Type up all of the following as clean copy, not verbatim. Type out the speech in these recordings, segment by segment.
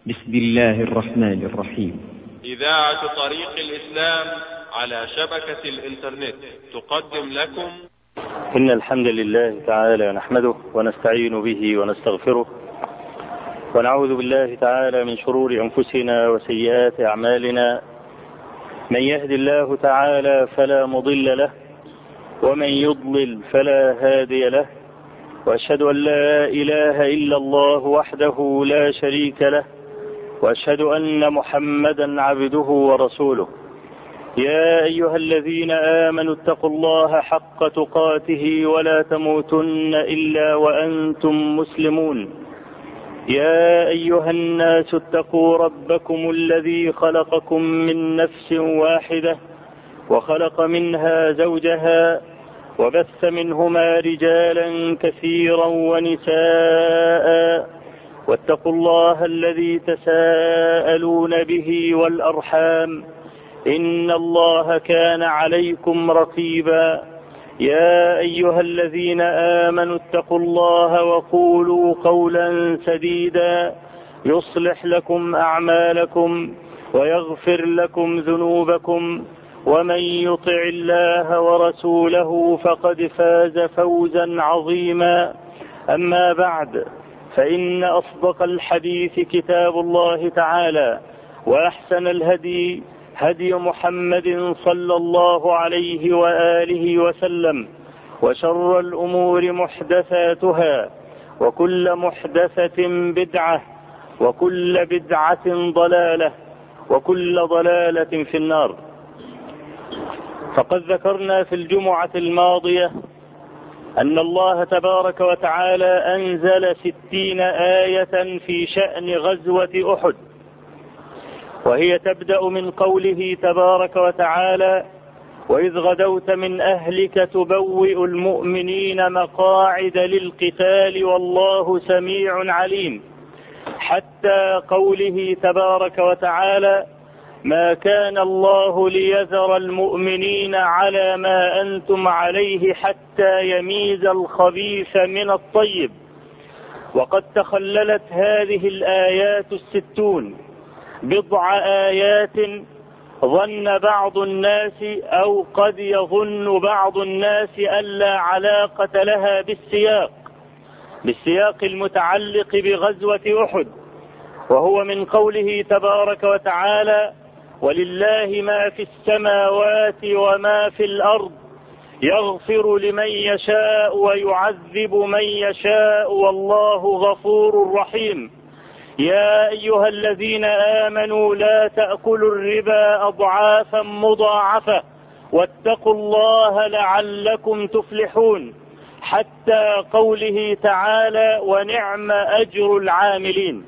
بسم الله الرحمن الرحيم. إذاعة طريق الإسلام على شبكة الإنترنت تقدم لكم إن الحمد لله تعالى نحمده ونستعين به ونستغفره ونعوذ بالله تعالى من شرور أنفسنا وسيئات أعمالنا. من يهد الله تعالى فلا مضل له ومن يضلل فلا هادي له، وأشهد أن لا إله إلا الله وحده لا شريك له، وأشهد أن محمدا عبده ورسوله. يا أيها الذين آمنوا اتقوا الله حق تقاته ولا تموتن إلا وأنتم مسلمون. يا أيها الناس اتقوا ربكم الذي خلقكم من نفس واحدة وخلق منها زوجها وبث منهما رجالا كثيرا ونساء، واتقوا الله الذي تساءلون به والأرحام إن الله كان عليكم رقيبا. يا أيها الذين آمنوا اتقوا الله وقولوا قولا سديدا يصلح لكم أعمالكم ويغفر لكم ذنوبكم، ومن يطع الله ورسوله فقد فاز فوزا عظيما. أما بعد، فإن أصدق الحديث كتاب الله تعالى، وأحسن الهدي هدي محمد صلى الله عليه وآله وسلم، وشر الأمور محدثاتها، وكل محدثة بدعة، وكل بدعة ضلالة، وكل ضلالة في النار. فقد ذكرنا في الجمعة الماضية أن الله تبارك وتعالى أنزل 60 آية في شأن غزوة أحد، وهي تبدأ من قوله تبارك وتعالى: وإذ غدوت من أهلك تبوئ المؤمنين مقاعد للقتال والله سميع عليم، حتى قوله تبارك وتعالى: ما كان الله ليذر المؤمنين على ما أنتم عليه حتى يميز الخبيث من الطيب. وقد تخللت هذه الآيات 60 بضع آيات ظن بعض الناس أو قد يظن بعض الناس ألا علاقة لها بالسياق المتعلق بغزوة أحد، وهو من قوله تبارك وتعالى: ولله ما في السماوات وما في الأرض يغفر لمن يشاء ويعذب من يشاء والله غفور رحيم. يا أيها الذين آمنوا لا تأكلوا الربا أضعافا مضاعفة واتقوا الله لعلكم تفلحون، حتى قوله تعالى: ونعم أجر العاملين.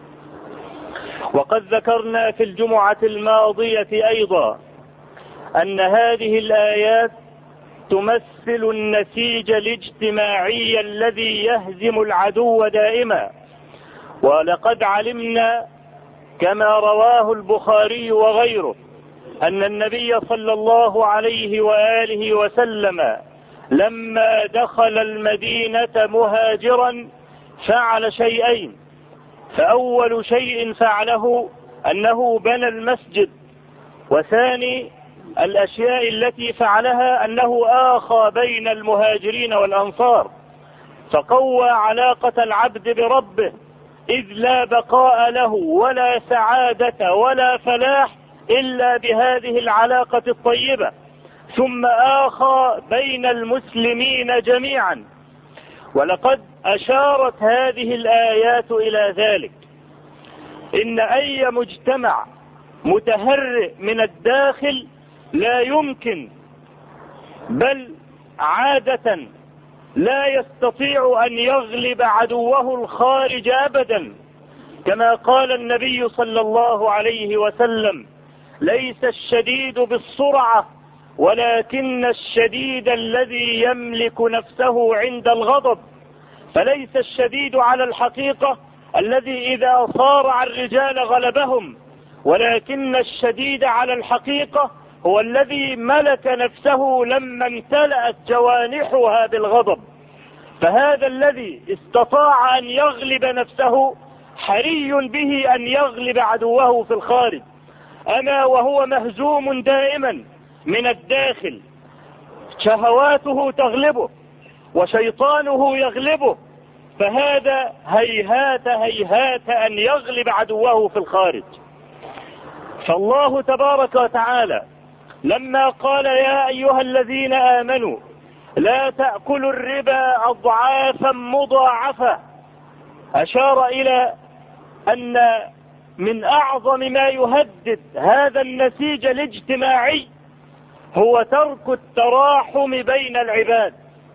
وقد ذكرنا في الجمعة الماضية أيضا أن هذه الآيات تمثل النسيج الاجتماعي الذي يهزم العدو دائما. ولقد علمنا كما رواه البخاري وغيره أن النبي صلى الله عليه وآله وسلم لما دخل المدينة مهاجرا فعل شيئين. فأول شيء فعله أنه بنى المسجد، وثاني الأشياء التي فعلها أنه آخى بين المهاجرين والأنصار، فقوى علاقة العبد بربه، إذ لا بقاء له ولا سعادة ولا فلاح إلا بهذه العلاقة الطيبة. ثم آخى بين المسلمين جميعا. ولقد أشارت هذه الآيات إلى ذلك. إن أي مجتمع متهرئ من الداخل لا يمكن، بل عادة لا يستطيع أن يغلب عدوه الخارج أبدا، كما قال النبي صلى الله عليه وسلم: ليس الشديد بالسرعة ولكن الشديد الذي يملك نفسه عند الغضب. فليس الشديد على الحقيقة الذي إذا صارع الرجال غلبهم، ولكن الشديد على الحقيقة هو الذي ملك نفسه لما امتلأت جوانحها بالغضب. فهذا الذي استطاع أن يغلب نفسه حري به أن يغلب عدوه في الخارج، أما وهو مهزوم دائما من الداخل، شهواته تغلبه وشيطانه يغلبه، فهذا هيهات هيهات أن يغلب عدوه في الخارج. فالله تبارك وتعالى لما قال يا أيها الذين آمنوا لا تأكلوا الربا أضعافا مضاعفة، أشار إلى أن من أعظم ما يهدد هذا النسيج الاجتماعي هو ترك التراحم بين العباد،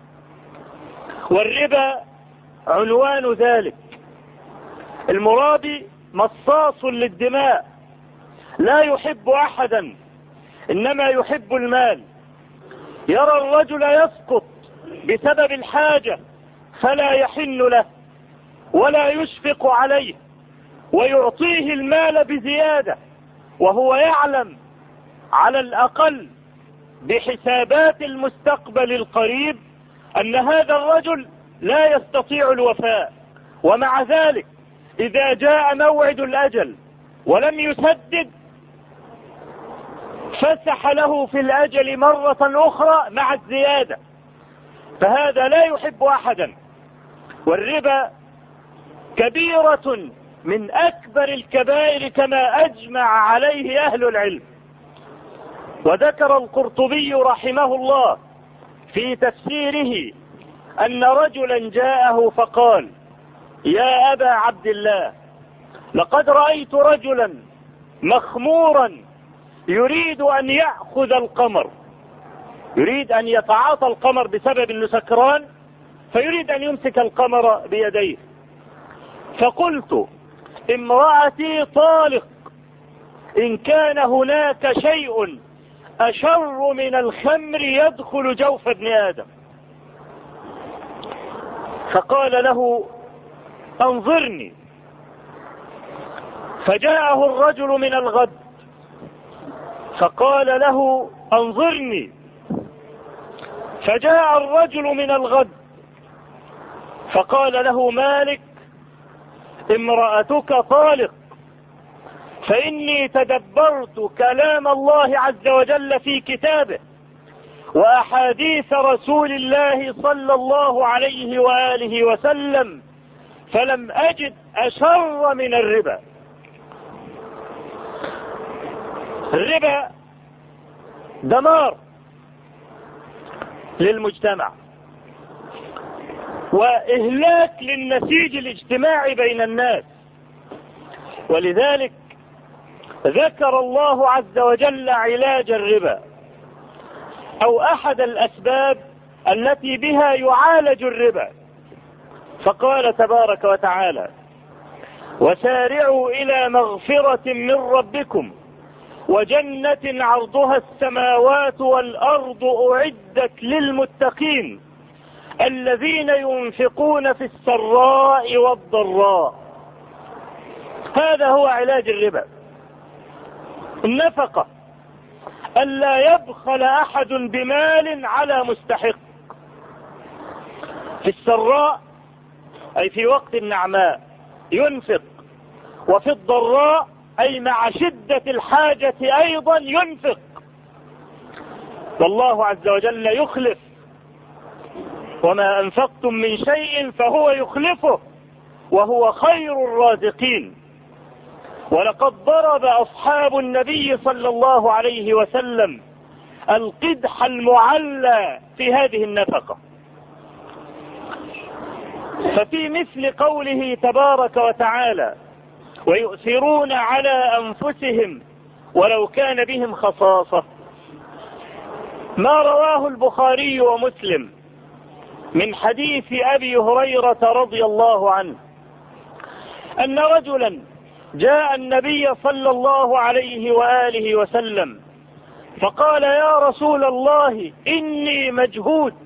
والربا عنوان ذلك. المرابي مصاص للدماء، لا يحب أحدا إنما يحب المال. يرى الرجل يسقط بسبب الحاجة فلا يحن له ولا يشفق عليه، ويعطيه المال بزيادة، وهو يعلم على الأقل بحسابات المستقبل القريب أن هذا الرجل لا يستطيع الوفاء، ومع ذلك إذا جاء موعد الأجل ولم يسدد فسح له في الأجل مرة أخرى مع الزيادة، فهذا لا يحب أحدا. والربا كبيرة من أكبر الكبائر كما أجمع عليه أهل العلم. وذكر القرطبي رحمه الله في تفسيره أن رجلا جاءه فقال يا أبا عبد الله، لقد رأيت رجلا مخمورا يريد أن يأخذ القمر، يريد أن يتعاطى القمر بسبب أنه سكران، فيريد أن يمسك القمر بيديه. فقلت امرأتي طالق، إن كان هناك شيء أشر من الخمر يدخل جوف ابن آدم. فقال له انظرني. فجاءه الرجل من الغد فقال له انظرني. فجاء الرجل من الغد فقال له مالك امرأتك طالق، فإني تدبرت كلام الله عز وجل في كتابه وأحاديث رسول الله صلى الله عليه وآله وسلم فلم أجد أشر من الربا. الربا دمار للمجتمع وإهلاك للنسيج الاجتماعي بين الناس، ولذلك ذكر الله عز وجل علاج الربا أو أحد الأسباب التي بها يعالج الربا، فقال تبارك وتعالى وسارعوا إلى مغفرة من ربكم وجنة عرضها السماوات والأرض أعدت للمتقين الذين ينفقون في السراء والضراء. هذا هو علاج الربا، النفقة، ألا يبخل أحد بمال على مستحق، في السراء أي في وقت النعماء ينفق، وفي الضراء أي مع شدة الحاجة أيضا ينفق، والله عز وجل يخلف، وما أنفقتم من شيء فهو يخلفه وهو خير الرازقين. ولقد ضرب أصحاب النبي صلى الله عليه وسلم القدح المعلى في هذه النفقة. ففي مثل قوله تبارك وتعالى ويؤثرون على أنفسهم ولو كان بهم خصاصة، ما رواه البخاري ومسلم من حديث أبي هريرة رضي الله عنه أن رجلا جاء النبي صلى الله عليه وآله وسلم فقال يا رسول الله إني مجهود،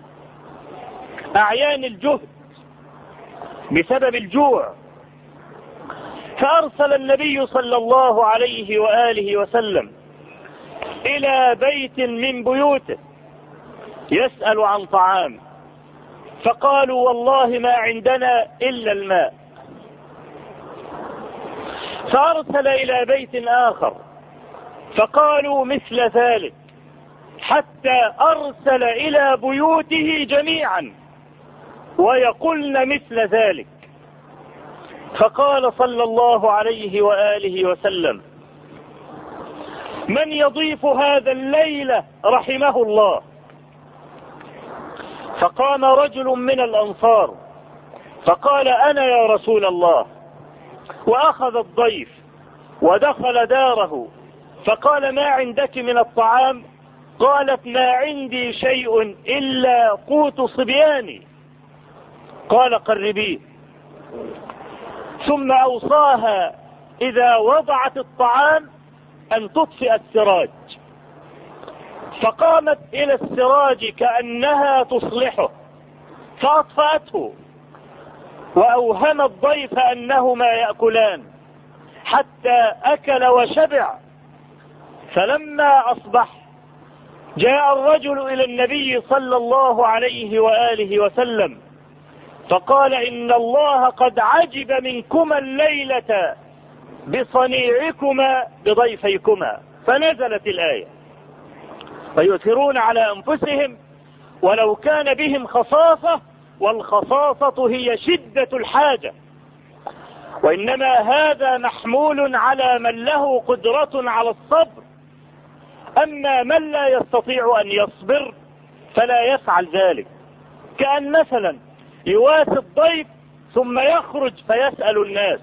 أعيان الجهد بسبب الجوع. فأرسل النبي صلى الله عليه وآله وسلم إلى بيت من بيوته يسأل عن طعام، فقالوا والله ما عندنا إلا الماء. فأرسل إلى بيت آخر فقالوا مثل ذلك، حتى أرسل إلى بيوته جميعا ويقولن مثل ذلك. فقال صلى الله عليه وآله وسلم: من يضيف هذا الليلة رحمه الله. فقام رجل من الأنصار فقال: أنا يا رسول الله. وأخذ الضيف ودخل داره فقال: ما عندك من الطعام؟ قالت: ما عندي شيء إلا قوت صبياني. قال: قربيه. ثم أوصاها إذا وضعت الطعام أن تطفئ السراج، فقامت إلى السراج كأنها تصلحه فأطفأته، وأوهم الضيف أنهما يأكلان حتى أكل وشبع. فلما أصبح جاء الرجل إلى النبي صلى الله عليه وآله وسلم فقال: إن الله قد عجب منكما الليلة بصنيعكما بضيفيكما. فنزلت الآية: ويؤثرون على أنفسهم ولو كان بهم خصاصة، والخصاصة هي شدة الحاجة. وإنما هذا محمول على من له قدرة على الصبر، أما من لا يستطيع أن يصبر فلا يفعل ذلك. كأن مثلا يواسي الضيف ثم يخرج فيسأل الناس،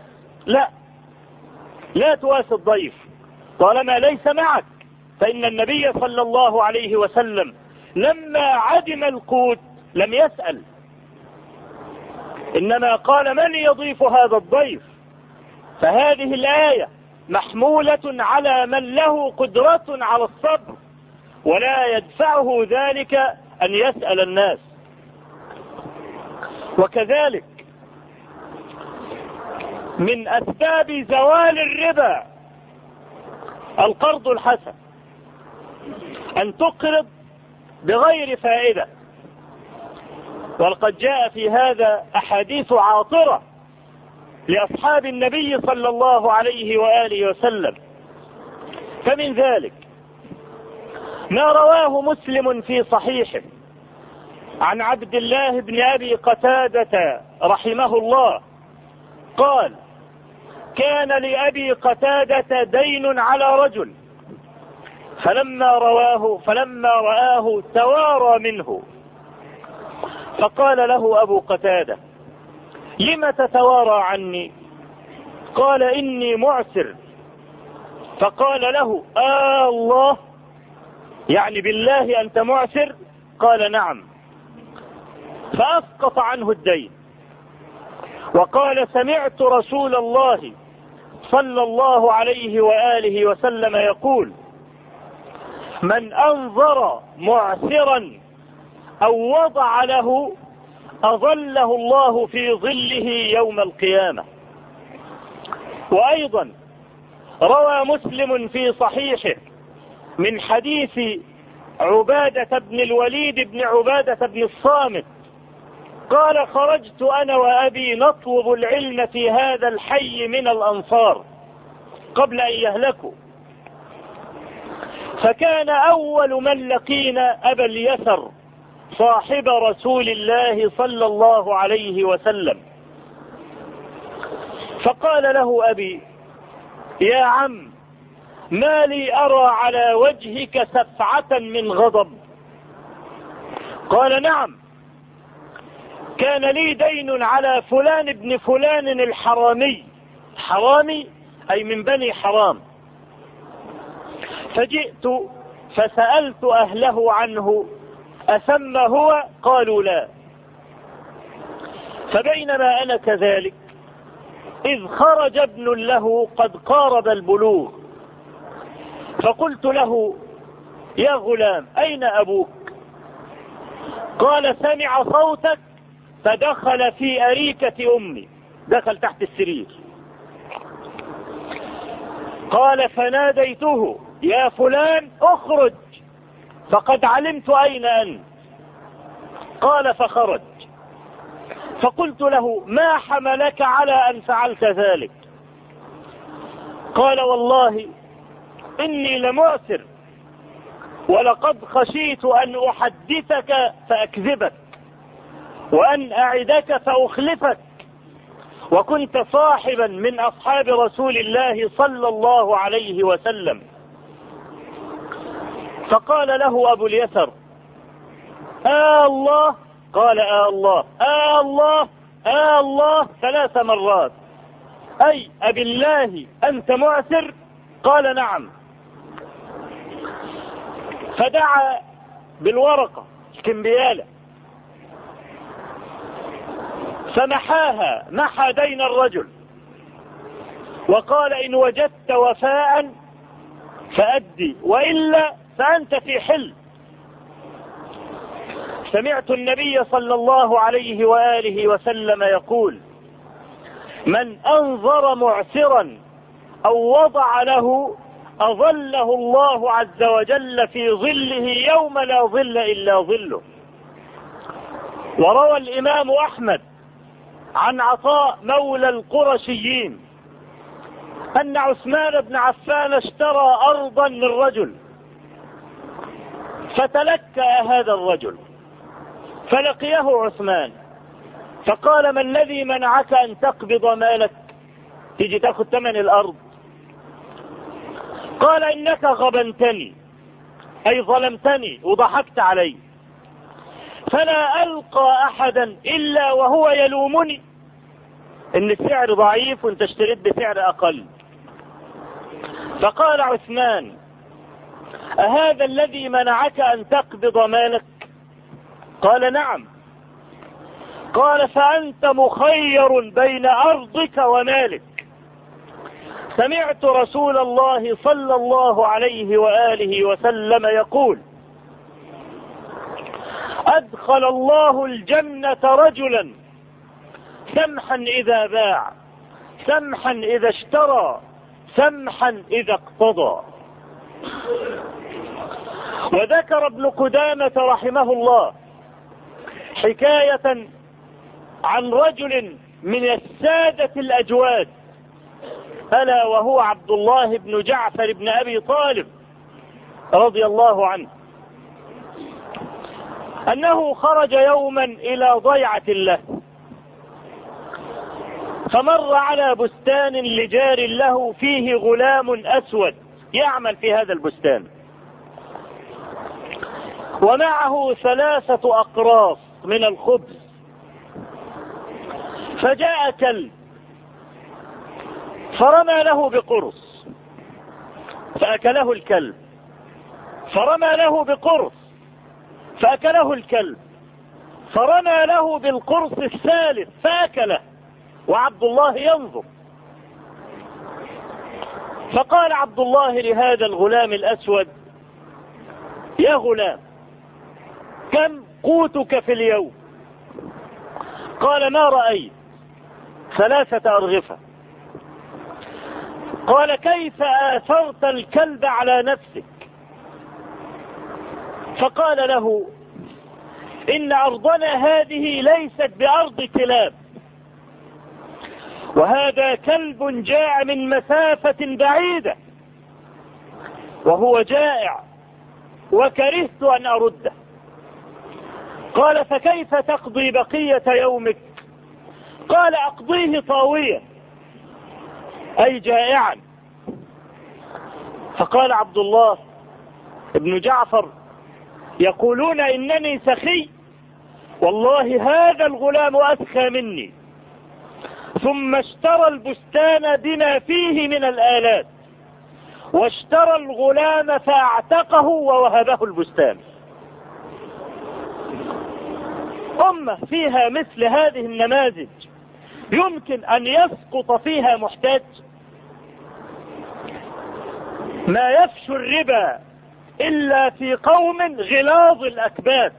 لا تواسي الضيف طالما ليس معك. فإن النبي صلى الله عليه وسلم لما عدم القوت لم يسأل، إنما قال: من يضيف هذا الضيف؟ فهذه الآية محمولة على من له قدرة على الصبر ولا يدفعه ذلك أن يسأل الناس. وكذلك من أسباب زوال الربا القرض الحسن، أن تقرض بغير فائدة. ولقد جاء في هذا أحاديث عاطرة لأصحاب النبي صلى الله عليه وآله وسلم. فمن ذلك ما رواه مسلم في صحيحه عن عبد الله بن أبي قتادة رحمه الله قال: كان لأبي قتادة دين على رجل، فلما رآه توارى منه، فقال له أبو قتادة: لم تتوارى عني؟ قال: إني معسر. فقال له: الله، يعني بالله أنت معسر؟ قال: نعم. فأسقط عنه الدين وقال: سمعت رسول الله صلى الله عليه وآله وسلم يقول: من أنظر معسرا أو وضع له أظله الله في ظله يوم القيامة. وأيضا روى مسلم في صحيحه من حديث عبادة بن الوليد بن عبادة بن الصامت قال: خرجت أنا وأبي نطلب العلم في هذا الحي من الأنصار قبل أن يهلكوا، فكان أول من لقينا أبا اليسر صاحب رسول الله صلى الله عليه وسلم. فقال له أبي: يا عم، ما لي أرى على وجهك سفعة من غضب؟ قال: نعم، كان لي دين على فلان ابن فلان الحرامي. حرامي أي من بني حرام. فجئت فسألت أهله عنه أثم هو؟ قالوا لا. فبينما أنا كذلك إذ خرج ابن له قد قارب البلوغ، فقلت له: يا غلام، أين أبوك؟ قال: سمع صوتك فدخل في أريكة أمي، دخل تحت السرير. قال: فناديته: يا فلان اخرج فقد علمت أين أنت. قال: فخرج. فقلت له: ما حملك على أن فعلت ذلك؟ قال والله إني لمعسر، ولقد خشيت أن أحدثك فأكذبك، وأن أعدك فأخلفك، وكنت صاحبا من أصحاب رسول الله صلى الله عليه وسلم. فقال له أبو اليسر: الله؟ قال: الله، الله، الله 3 مرات. أي أبالله أنت معسر؟ قال: نعم. فدعا بالورقة الكمبيالة فمحاها، محى دين الرجل، وقال: إن وجدت وفاء فأدي، وإلا فأنت في حل. سمعت النبي صلى الله عليه وآله وسلم يقول: من أنظر معسرا أو وضع له أظله الله عز وجل في ظله يوم لا ظل إلا ظله. وروى الإمام أحمد عن عطاء مولى القرشيين أن عثمان بن عفان اشترى أرضا من رجل، فتلكأ هذا الرجل، فلقيه عثمان فقال: ما الذي منعك أن تقبض مالك، تيجي تاخذ ثمن الأرض؟ قال: إنك غبنتني، أي ظلمتني وضحكت علي، فلا ألقى أحدا إلا وهو يلومني إن السعر ضعيف وانت اشتريت بسعر أقل. فقال عثمان: أهذا الذي منعك أن تقبض مالك؟ قال: نعم. قال: فأنت مخير بين أرضك ومالك. سمعت رسول الله صلى الله عليه وآله وسلم يقول: أدخل الله الجنة رجلا سمحا إذا باع، سمحا إذا اشترى، سمحا إذا اقتضى. وذكر ابن قدامة رحمه الله حكاية عن رجل من السادة الأجواد، ألا وهو عبد الله بن جعفر بن أبي طالب رضي الله عنه، أنه خرج يوما إلى ضيعة له، فمر على بستان لجار له فيه غلام أسود يعمل في هذا البستان، ومعه 3 أقراص من الخبز. فجاء كلب فرمى له بقرص فأكله الكلب، فرمى له بقرص فأكله الكلب، فرمى له بالقرص الثالث فأكله، وعبد الله ينظر. فقال عبد الله لهذا الغلام الأسود: يا غلام، كم قوتك في اليوم؟ قال: ما رأيت، 3 أرغفة. قال: كيف آثرت الكلب على نفسك؟ فقال له: إن أرضنا هذه ليست بأرض كلاب، وهذا كلب جاء من مسافة بعيدة وهو جائع وكرهت أن أرده. قال: فكيف تقضي بقية يومك؟ قال: أقضيه طاوية، أي جائعا. فقال عبد الله ابن جعفر: يقولون إنني سخي، والله هذا الغلام أسخى مني. ثم اشترى البستان بما فيه من الآلات، واشترى الغلام فاعتقه ووهبه البستان. أمة فيها مثل هذه النماذج يمكن أن يسقط فيها محتاج؟ ما يفشو الربا إلا في قوم غلاظ الأكباد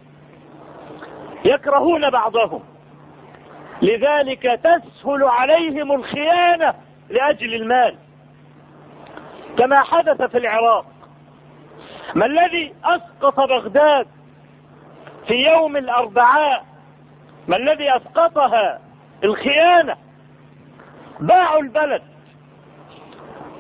يكرهون بعضهم، لذلك تسهل عليهم الخيانة لأجل المال، كما حدث في العراق. ما الذي أسقط بغداد في يوم الأربعاء؟ ما الذي أسقطها؟ الخيانة. باعوا البلد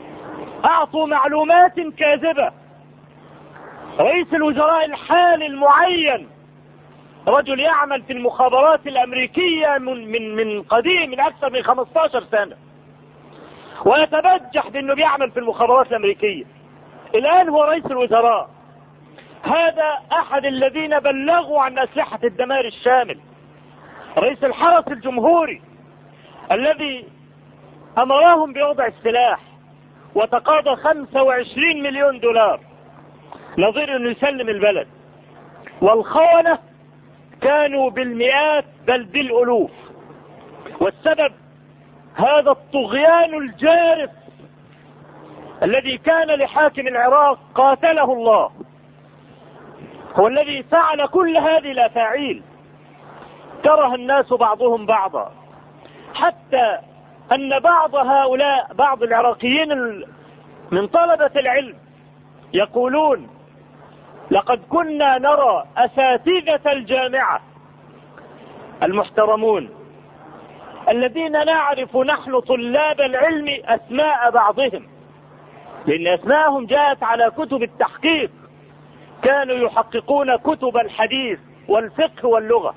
أعطوا معلومات كاذبة. رئيس الوزراء الحالي المعين رجل يعمل في المخابرات الأمريكية من قديم، من أكثر من 15 سنة، ويتبجح بأنه بيعمل في المخابرات الأمريكية. الآن هو رئيس الوزراء. هذا أحد الذين بلغوا عن أسلحة الدمار الشامل. رئيس الحرس الجمهوري الذي أمرهم بوضع السلاح وتقاضى 25 مليون دولار نظير أنه يسلم البلد، والخونة كانوا بالمئات بل بالألوف. والسبب هذا الطغيان الجارف الذي كان لحاكم العراق قاتله الله، هو الذي فعل كل هذه الأفاعيل. كره الناس بعضهم بعضا، حتى أن بعض العراقيين من طلبة العلم يقولون: لقد كنا نرى أساتذة الجامعة المحترمون الذين نعرف نحن طلاب العلم أسماء بعضهم، لأن أسماءهم جاءت على كتب التحقيق، كانوا يحققون كتب الحديث والفقه واللغة،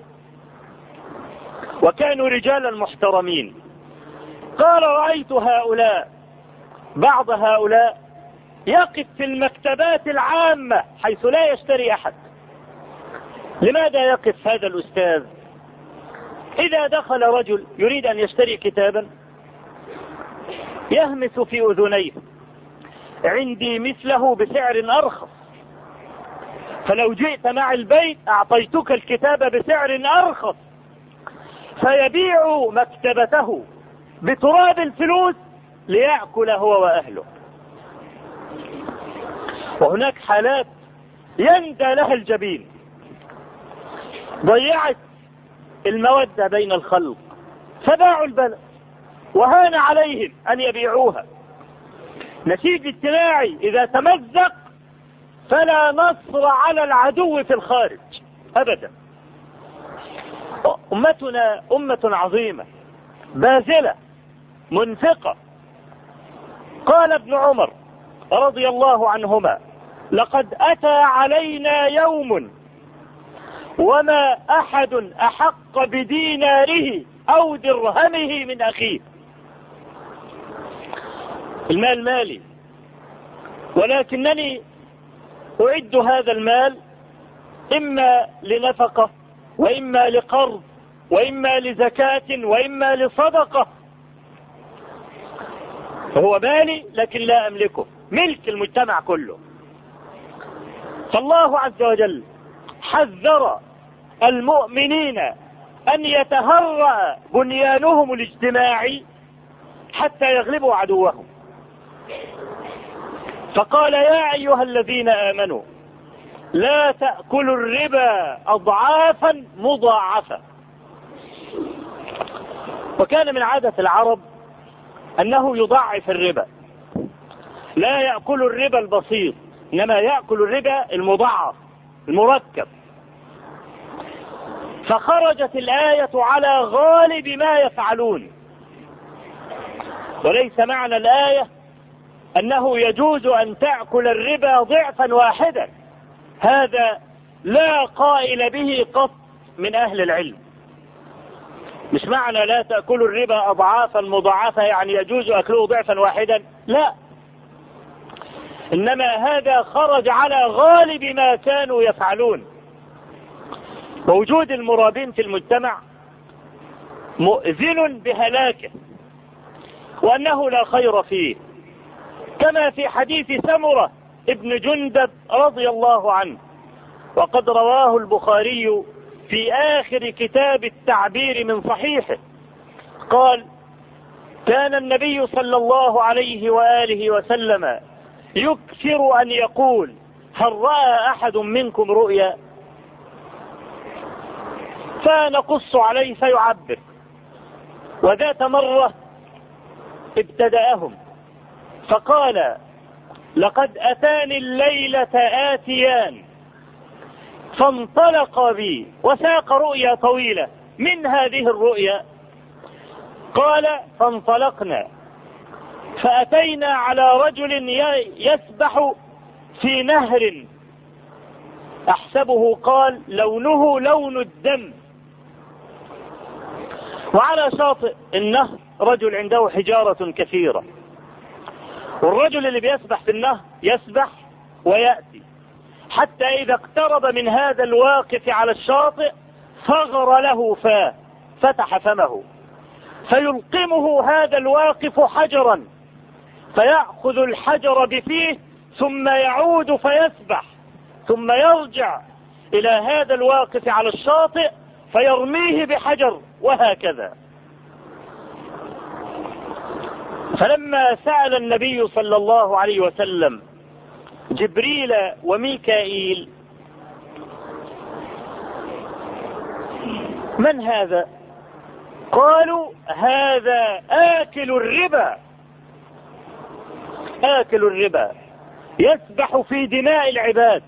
وكانوا رجالا محترمين. قال: رأيت بعض هؤلاء يقف في المكتبات العامة حيث لا يشتري أحد. لماذا يقف هذا الأستاذ؟ إذا دخل رجل يريد أن يشتري كتابا يهمس في أذنيه: عندي مثله بسعر أرخص، فلو جئت مع البيت أعطيتك الكتاب بسعر أرخص. فيبيع مكتبته بتراب الفلوس ليأكل هو وأهله. وهناك حالات يندى لها الجبين، ضيعت المودة بين الخلق فباعوا البلد، وهان عليهم أن يبيعوها. نسيج اجتماعي إذا تمزق فلا نصر على العدو في الخارج أبدا. أمتنا أمة عظيمة باذلة منفقة. قال ابن عمر رضي الله عنهما: لقد أتى علينا يوم وما أحد أحق بديناره أو درهمه من أخيه. المال مالي، ولكنني أعد هذا المال إما لنفقة، وإما لقرض، وإما لزكاة، وإما لصدقة. هو مالي لكن لا أملكه، ملك المجتمع كله. فالله عز وجل حذر المؤمنين أن يتهرأ بنيانهم الاجتماعي حتى يغلبوا عدوهم، فقال: يا أيها الذين آمنوا لا تأكلوا الربا أضعافا مضاعفة. وكان من عادة العرب أنه يضاعف الربا، لا يأكل الربا البسيط، إنما يأكل الربا المضاعف المركب. فخرجت الآية على غالب ما يفعلون، وليس معنى الآية أنه يجوز أن تأكل الربا ضعفا واحدا، هذا لا قائل به قط من أهل العلم. مش معنى لا تأكلوا الربا أضعافا مضاعفة يعني يجوز أكله ضعفا واحدا، لا، إنما هذا خرج على غالب ما كانوا يفعلون. ووجود المرابين في المجتمع مؤذن بهلاكه، وأنه لا خير فيه، كما في حديث سمرة ابن جندب رضي الله عنه، وقد رواه البخاري في آخر كتاب التعبير من صحيحه. قال: كان النبي صلى الله عليه وآله وسلم يكثر أن يقول: هل رأى أحد منكم رؤيا؟ فنقص عليه فيعبر. وذات مرة ابتدأهم فقال: لقد أتاني الليلة آتيان فانطلق بي، وساق رؤيا طويلة. من هذه الرؤيا قال: فانطلقنا فأتينا على رجل يسبح في نهر أحسبه قال لونه لون الدم، وعلى شاطئ النهر رجل عنده حجارة كثيرة، والرجل اللي بيسبح في النهر يسبح ويأتي حتى إذا اقترب من هذا الواقف على الشاطئ صغر له فاه، فتح فمه فيلقمه هذا الواقف حجرا، فيأخذ الحجر بفيه ثم يعود فيسبح، ثم يرجع إلى هذا الواقف على الشاطئ فيرميه بحجر، وهكذا. فلما سأل النبي صلى الله عليه وسلم جبريل وميكائيل من هذا؟ قالوا هذا آكل الربا، آكل الربا يسبح في دماء العباد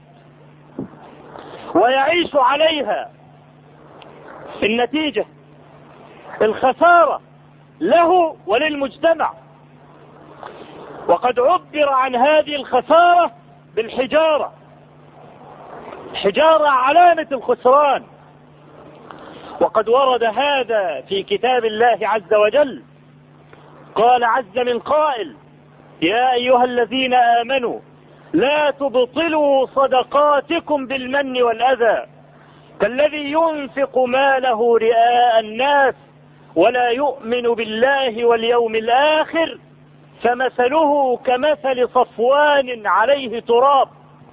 ويعيش عليها، النتيجة الخسارة له وللمجتمع. وقد عبر عن هذه الخسارة بالحجارة، حجارة علامة الخسران. وقد ورد هذا في كتاب الله عز وجل، قال عز من قائل يا أيها الذين آمنوا لا تبطلوا صدقاتكم بالمن والأذى كالذي ينفق ماله رئاء الناس ولا يؤمن بالله واليوم الآخر فمثله كمثل صفوان عليه تراب.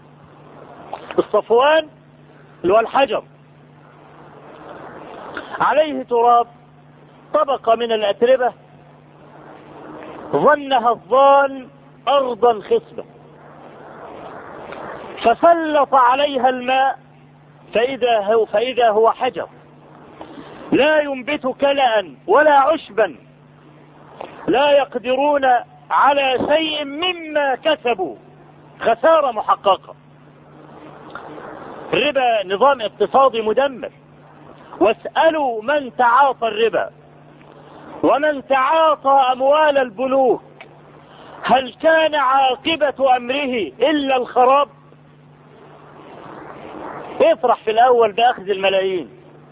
الصفوان اللي هو الحجر عليه تراب، طبقة من الأتربة ظنها الظان أرضا خصبة، فسلط عليها الماء فإذا هو حجر لا ينبت كلأ ولا عشبا، لا يقدرون على شيء مما كسبوا، خسارة محققة. الربا نظام اقتصادي مدمر، واسألوا من تعاطى الربا ومن تعاطى أموال البنوك هل كان عاقبة أمره إلا الخراب؟ يفرح في الأول بأخذ الملايين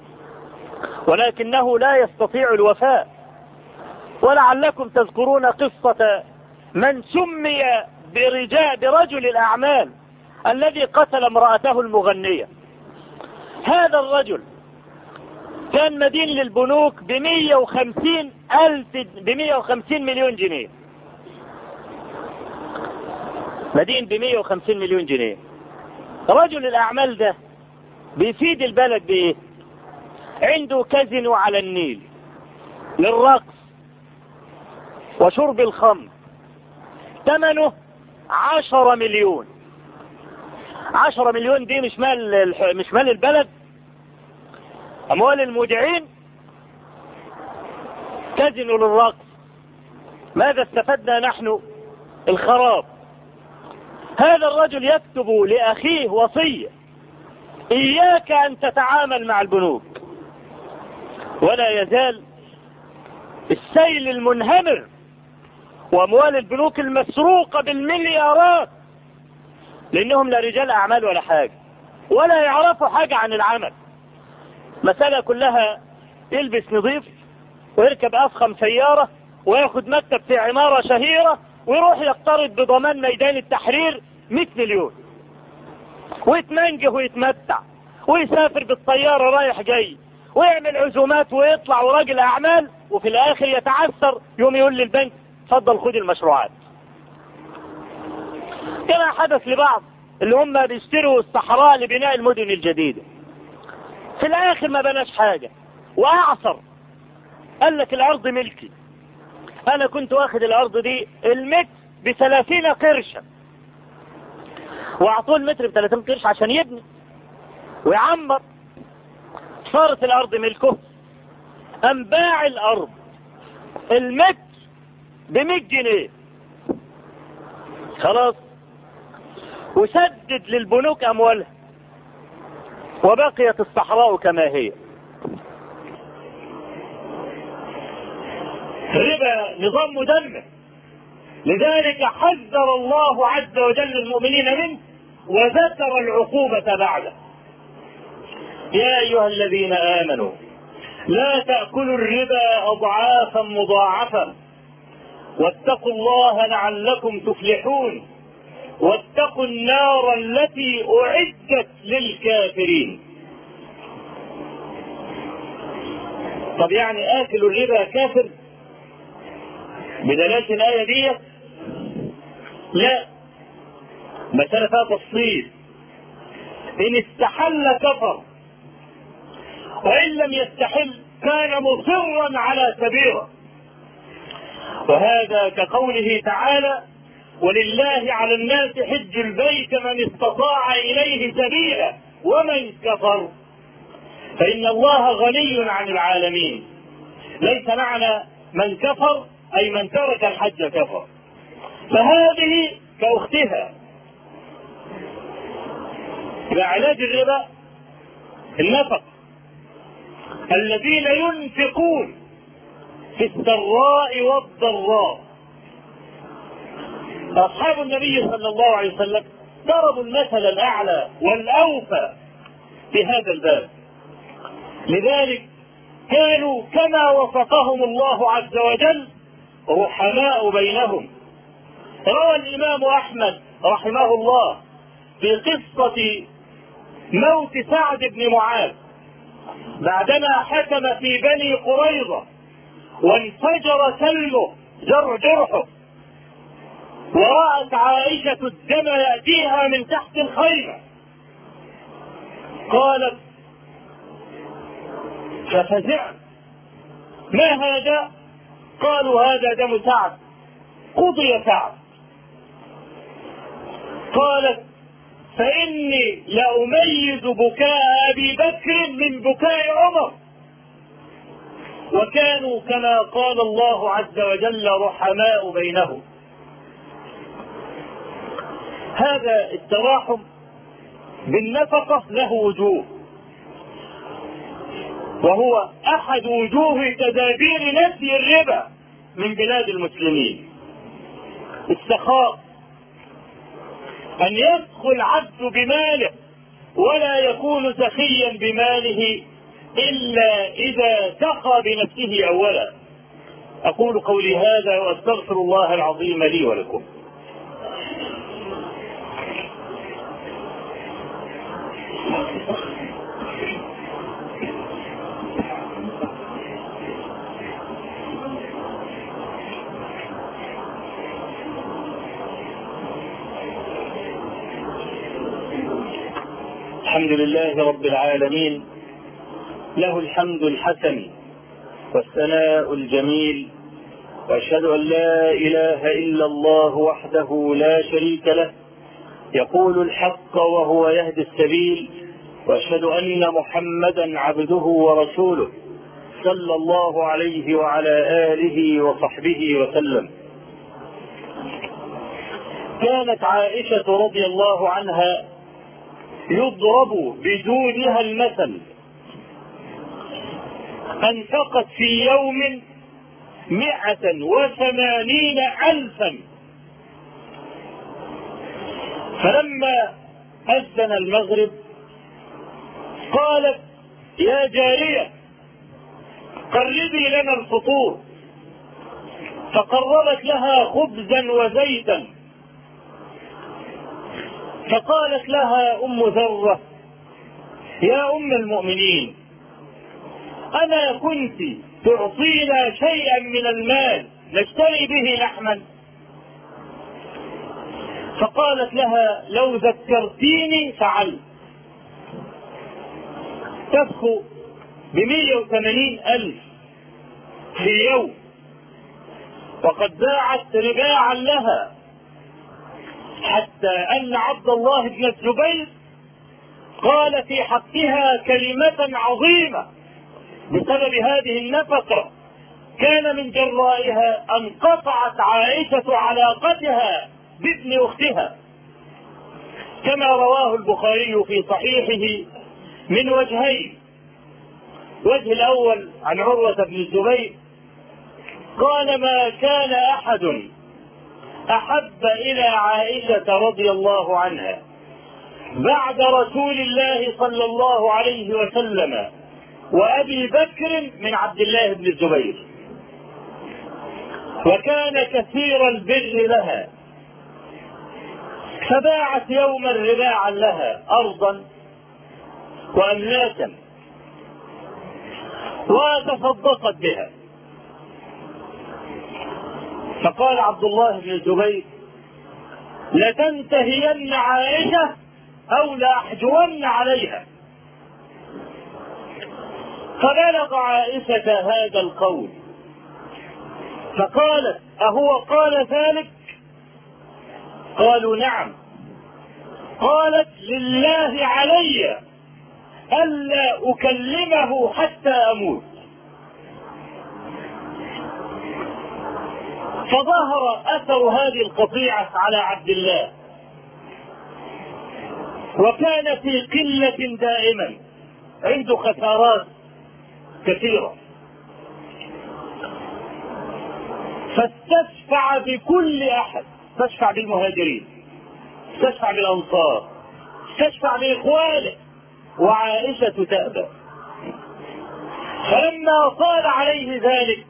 ولكنه لا يستطيع الوفاء. ولعلكم تذكرون قصة من سمي برجل الأعمال الذي قتل امرأته المغنية. هذا الرجل كان مدين للبنوك ب150 مليون جنيه، مدين ب150 مليون جنيه. رجل الأعمال ده بيفيد البلد بإيه؟ عنده كازينو على النيل للرقص وشرب الخمر، ثمنه 10 مليون. 10 مليون دي مش مال البلد، أموال المودعين. كازينو للرقص، ماذا استفدنا نحن؟ الخراب. هذا الرجل يكتب لأخيه وصية إياك أن تتعامل مع البنوك، ولا يزال السيل المنهمر وأموال البنوك المسروقة بالمليارات، لأنهم لا رجال أعمال ولا حاجة، ولا يعرفوا حاجة عن العمل. مسألة كلها يلبس نظيف ويركب أفخم سيارة وياخد مكتب في عمارة شهيرة ويروح يقترض بضمان ميدان التحرير 100 مليون ويتمنجه ويتمتع ويسافر بالطيارة رايح جاي ويعمل عزومات ويطلع وراجل أعمال، وفي الآخر يتعثر يوم يقول للبنك تفضل خد المشروعات. كما حدث لبعض اللي هم بيشتروا الصحراء لبناء المدن الجديدة، في الآخر ما بناش حاجة وأعصر، قال لك الأرض ملكي. أنا كنت واخد الأرض دي المتر ب30 قرشا، وأعطوه المتر ب30 قرش عشان يبني ويعمر. صارت الأرض ملكه، أم باع الأرض المتر ب100 جنيه خلاص، وسدد للبنوك أموالها وبقيت الصحراء كما هي. الربا نظام مدمر، لذلك حذر الله عز وجل المؤمنين منه وذكر العقوبة بعده. يا أيها الذين آمنوا لا تأكلوا الربا أضعافا مضاعفة واتقوا الله لعلكم تفلحون واتقوا النار التي أعدت للكافرين. طب يعني آكل الربا كافر بدلالة الآية دي؟ لا، مسألة فيها تفصيل. إن استحل كفر، وإن لم يستحل كان مصرا على كبيرة. وهذا كقوله تعالى: ولله على الناس حج البيت من استطاع إليه سبيلا ومن كفر فإن الله غني عن العالمين. ليس معنى من كفر أي من ترك الحج كفر، فهذه كأختها. علاج الربا النفق. الذين ينفقون في السراء والضراء. أصحاب النبي صلى الله عليه وسلم ضربوا المثل الأعلى والأوفى في هذا الباب، لذلك كانوا كما وصفهم الله عز وجل رحماء بينهم. روى الإمام أحمد رحمه الله في قصة موت سعد بن معاذ بعدما حكم في بني قريظة وانفجر سلمه جرحه، ورأت عائشة الدم يأتيها من تحت الخيمة، قالت ففزعت: ما هذا؟ قالوا: هذا دم سعد، قضي سعد. قالت: فإني لأميز بكاء أبي بكر من بكاء عمر. وكانوا كما قال الله عز وجل رحماء بينهم. هذا التراحم بالنفقة له وجوه، وهو أحد وجوه تدابير نفي الربا من بلاد المسلمين. السخاء، أن يسخي العبد بماله ولا يكون سخيا بماله إلا إذا سخى بنفسه أولا. أقول قولي هذا وأستغفر الله العظيم لي ولكم. الحمد لله رب العالمين، له الحمد الحسن والثناء الجميل، وأشهد أن لا إله إلا الله وحده لا شريك له يقول الحق وهو يهدي السبيل، وأشهد أن محمدا عبده ورسوله صلى الله عليه وعلى آله وصحبه وسلم. كانت عائشة رضي الله عنها يضرب بدونها المثل، أنفقت في يوم 180,000. فلما أذن المغرب قالت: يا جارية قربي لنا الفطور، فقربت لها خبزا وزيتا. فقالت لها أم ذرة: يا أم المؤمنين، أما كنت تعطينا شيئا من المال نشتري به لحما؟ فقالت لها: لو ذكرتيني فعلت. تسخو ب180,000 في يوم، وقد باعت رباعا لها، حتى أن عبد الله بن الزبير قال في حقها كلمة عظيمة بسبب هذه النفقة، كان من جرائها أن قطعت عائشة علاقتها بابن أختها، كما رواه البخاري في صحيحه من وجهين. وجه الأول عن عروة بن الزبير قال: ما كان أحد أحب إلى عائشة رضي الله عنها بعد رسول الله صلى الله عليه وسلم وأبي بكر من عبد الله بن الزبير، وكان كثير البر لها، فباعت يوما رباعا لها أرضا وأملاكا وتصدقت بها. فقال عبد الله بن الزبير: لتنتهين عائشة أو لأحجون عليها. فبلغ عائشة هذا القول فقالت: أهو قال ذلك؟ قالوا: نعم. قالت: لله علي ألا أكلمه حتى أموت. فظهر أثر هذه القطيعة على عبد الله، وكان في قلة دائما، عنده خسارات كثيرة، فاستشفع بكل أحد، استشفع بالمهاجرين، استشفع بالأنصار، استشفع بإخوانه، وعائشة تأبى. فلما طال عليه ذلك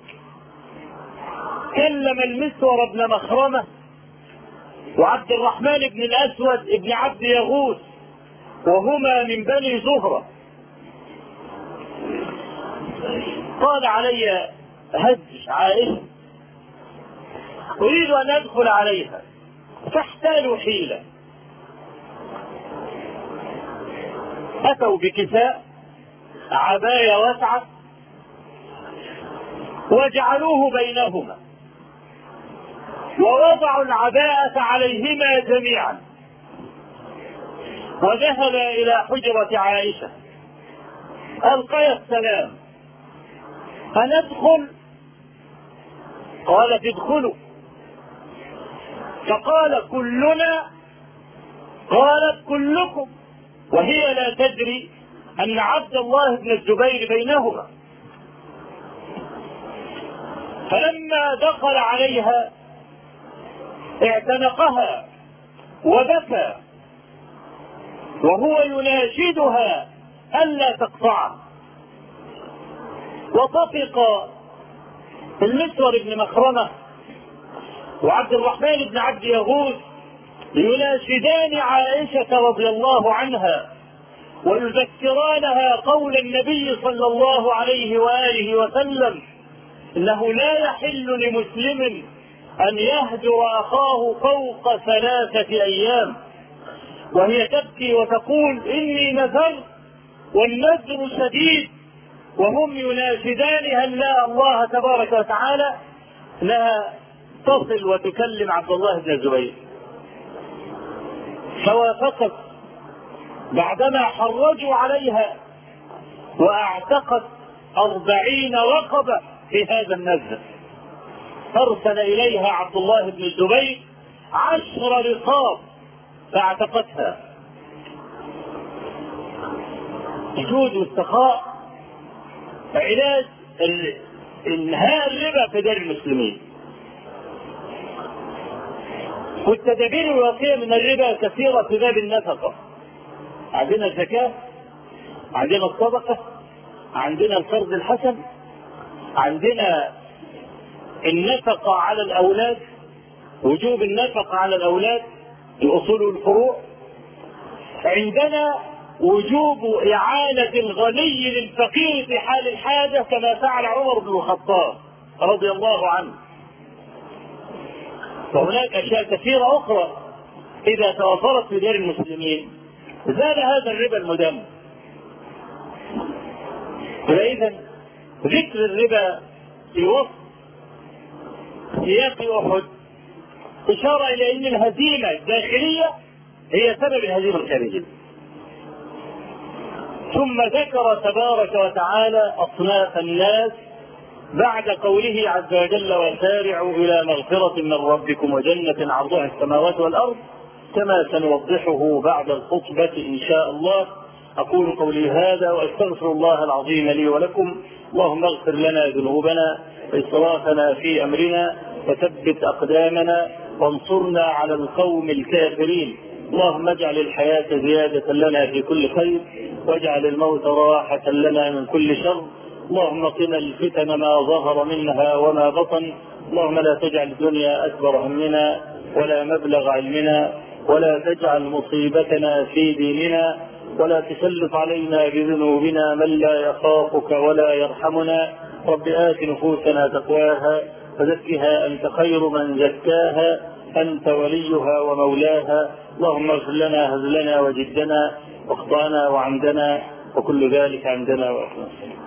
كلم المسور بن مخرمة وعبد الرحمن بن الأسود بن عبد يغوث، وهما من بني زهرة. قال: علي هج عائشة، أريد أن أدخل عليها، فاحتالوا حيلة. أتوا بكساء عباية واسعة وجعلوه بينهما، ووضعوا العباءة عليهما جميعا، وذهب إلى حجرة عائشة، ألقي السلام: أندخل؟ قالت: ادخلوا. فقال: كلنا؟ قالت: كلكم، وهي لا تدري أن عبد الله بن الزبير بينهما. فلما دخل عليها اعتنقها وبكى وهو يناشدها ألا تقطعه. وطفق المسور بن مخرمة وعبد الرحمن بن عبد يغوث يناشدان عائشة رضي الله عنها ويذكرانها قول النبي صلى الله عليه وآله وسلم: إنه لا يحل لمسلم أن يهجر أخاه فوق 3 أيام. وهي تبكي وتقول: إني نذرت والنذر شديد، وهم يناشدانها الله تبارك وتعالى لها تصل وتكلم عبد الله بن الزبير. فوافقت بعدما حرجوا عليها، واعتقت 40 رقبة في هذا النذر. أرسل إليها عبد الله بن الزبير 10 رقاب فاعتقتها. جود والسخاء علاج انهاء الربا في دار المسلمين. والتدابير الواقعة من الربا كثيرة في باب النفقة. عندنا الزكاة، عندنا الصدقة، عندنا القرض الحسن، عندنا النفقة على الأولاد، وجوب النفقة على الأولاد، الأصول والفروع. عندنا وجوب إعانة الغني للفقير في حال الحاجة كما فعل عمر بن الخطاب رضي الله عنه. وهناك أشياء كثيرة أخرى إذا توفرت في دار المسلمين زاد هذا الربا المدمر. فإذا ذكر الربا في وسط سياق أحد إشارة إلى أن الهزيمة الداخلية هي سبب الهزيمة الخارجية. ثم ذكر تبارك وتعالى أصناف الناس بعد قوله عز وجل: وسارعوا إلى مغفرة من ربكم وجنة عرضها السماوات والأرض، كما سنوضحه بعد الخطبة إن شاء الله. أقول قولي هذا وأستغفر الله العظيم لي ولكم. اللهم اغفر لنا ذنوبنا وإسرافنا في أمرنا وثبت أقدامنا وانصرنا على القوم الكافرين. اللهم اجعل الحياة زيادة لنا في كل خير، واجعل الموت راحة لنا من كل شر. اللهم قنا الفتن ما ظهر منها وما بطن. اللهم لا تجعل الدنيا أكبر همنا ولا مبلغ علمنا، ولا تجعل مصيبتنا في ديننا، ولا تسلط علينا بذنوبنا من لا يخافك ولا يرحمنا. رب آت نفوسنا تقواها وزكها أنت خير من زكاها، أنت وليها ومولاها. اللهم اغفر لنا هزلنا وجدنا واخطأنا وعمدنا وكل ذلك عندنا وأخلاصنا.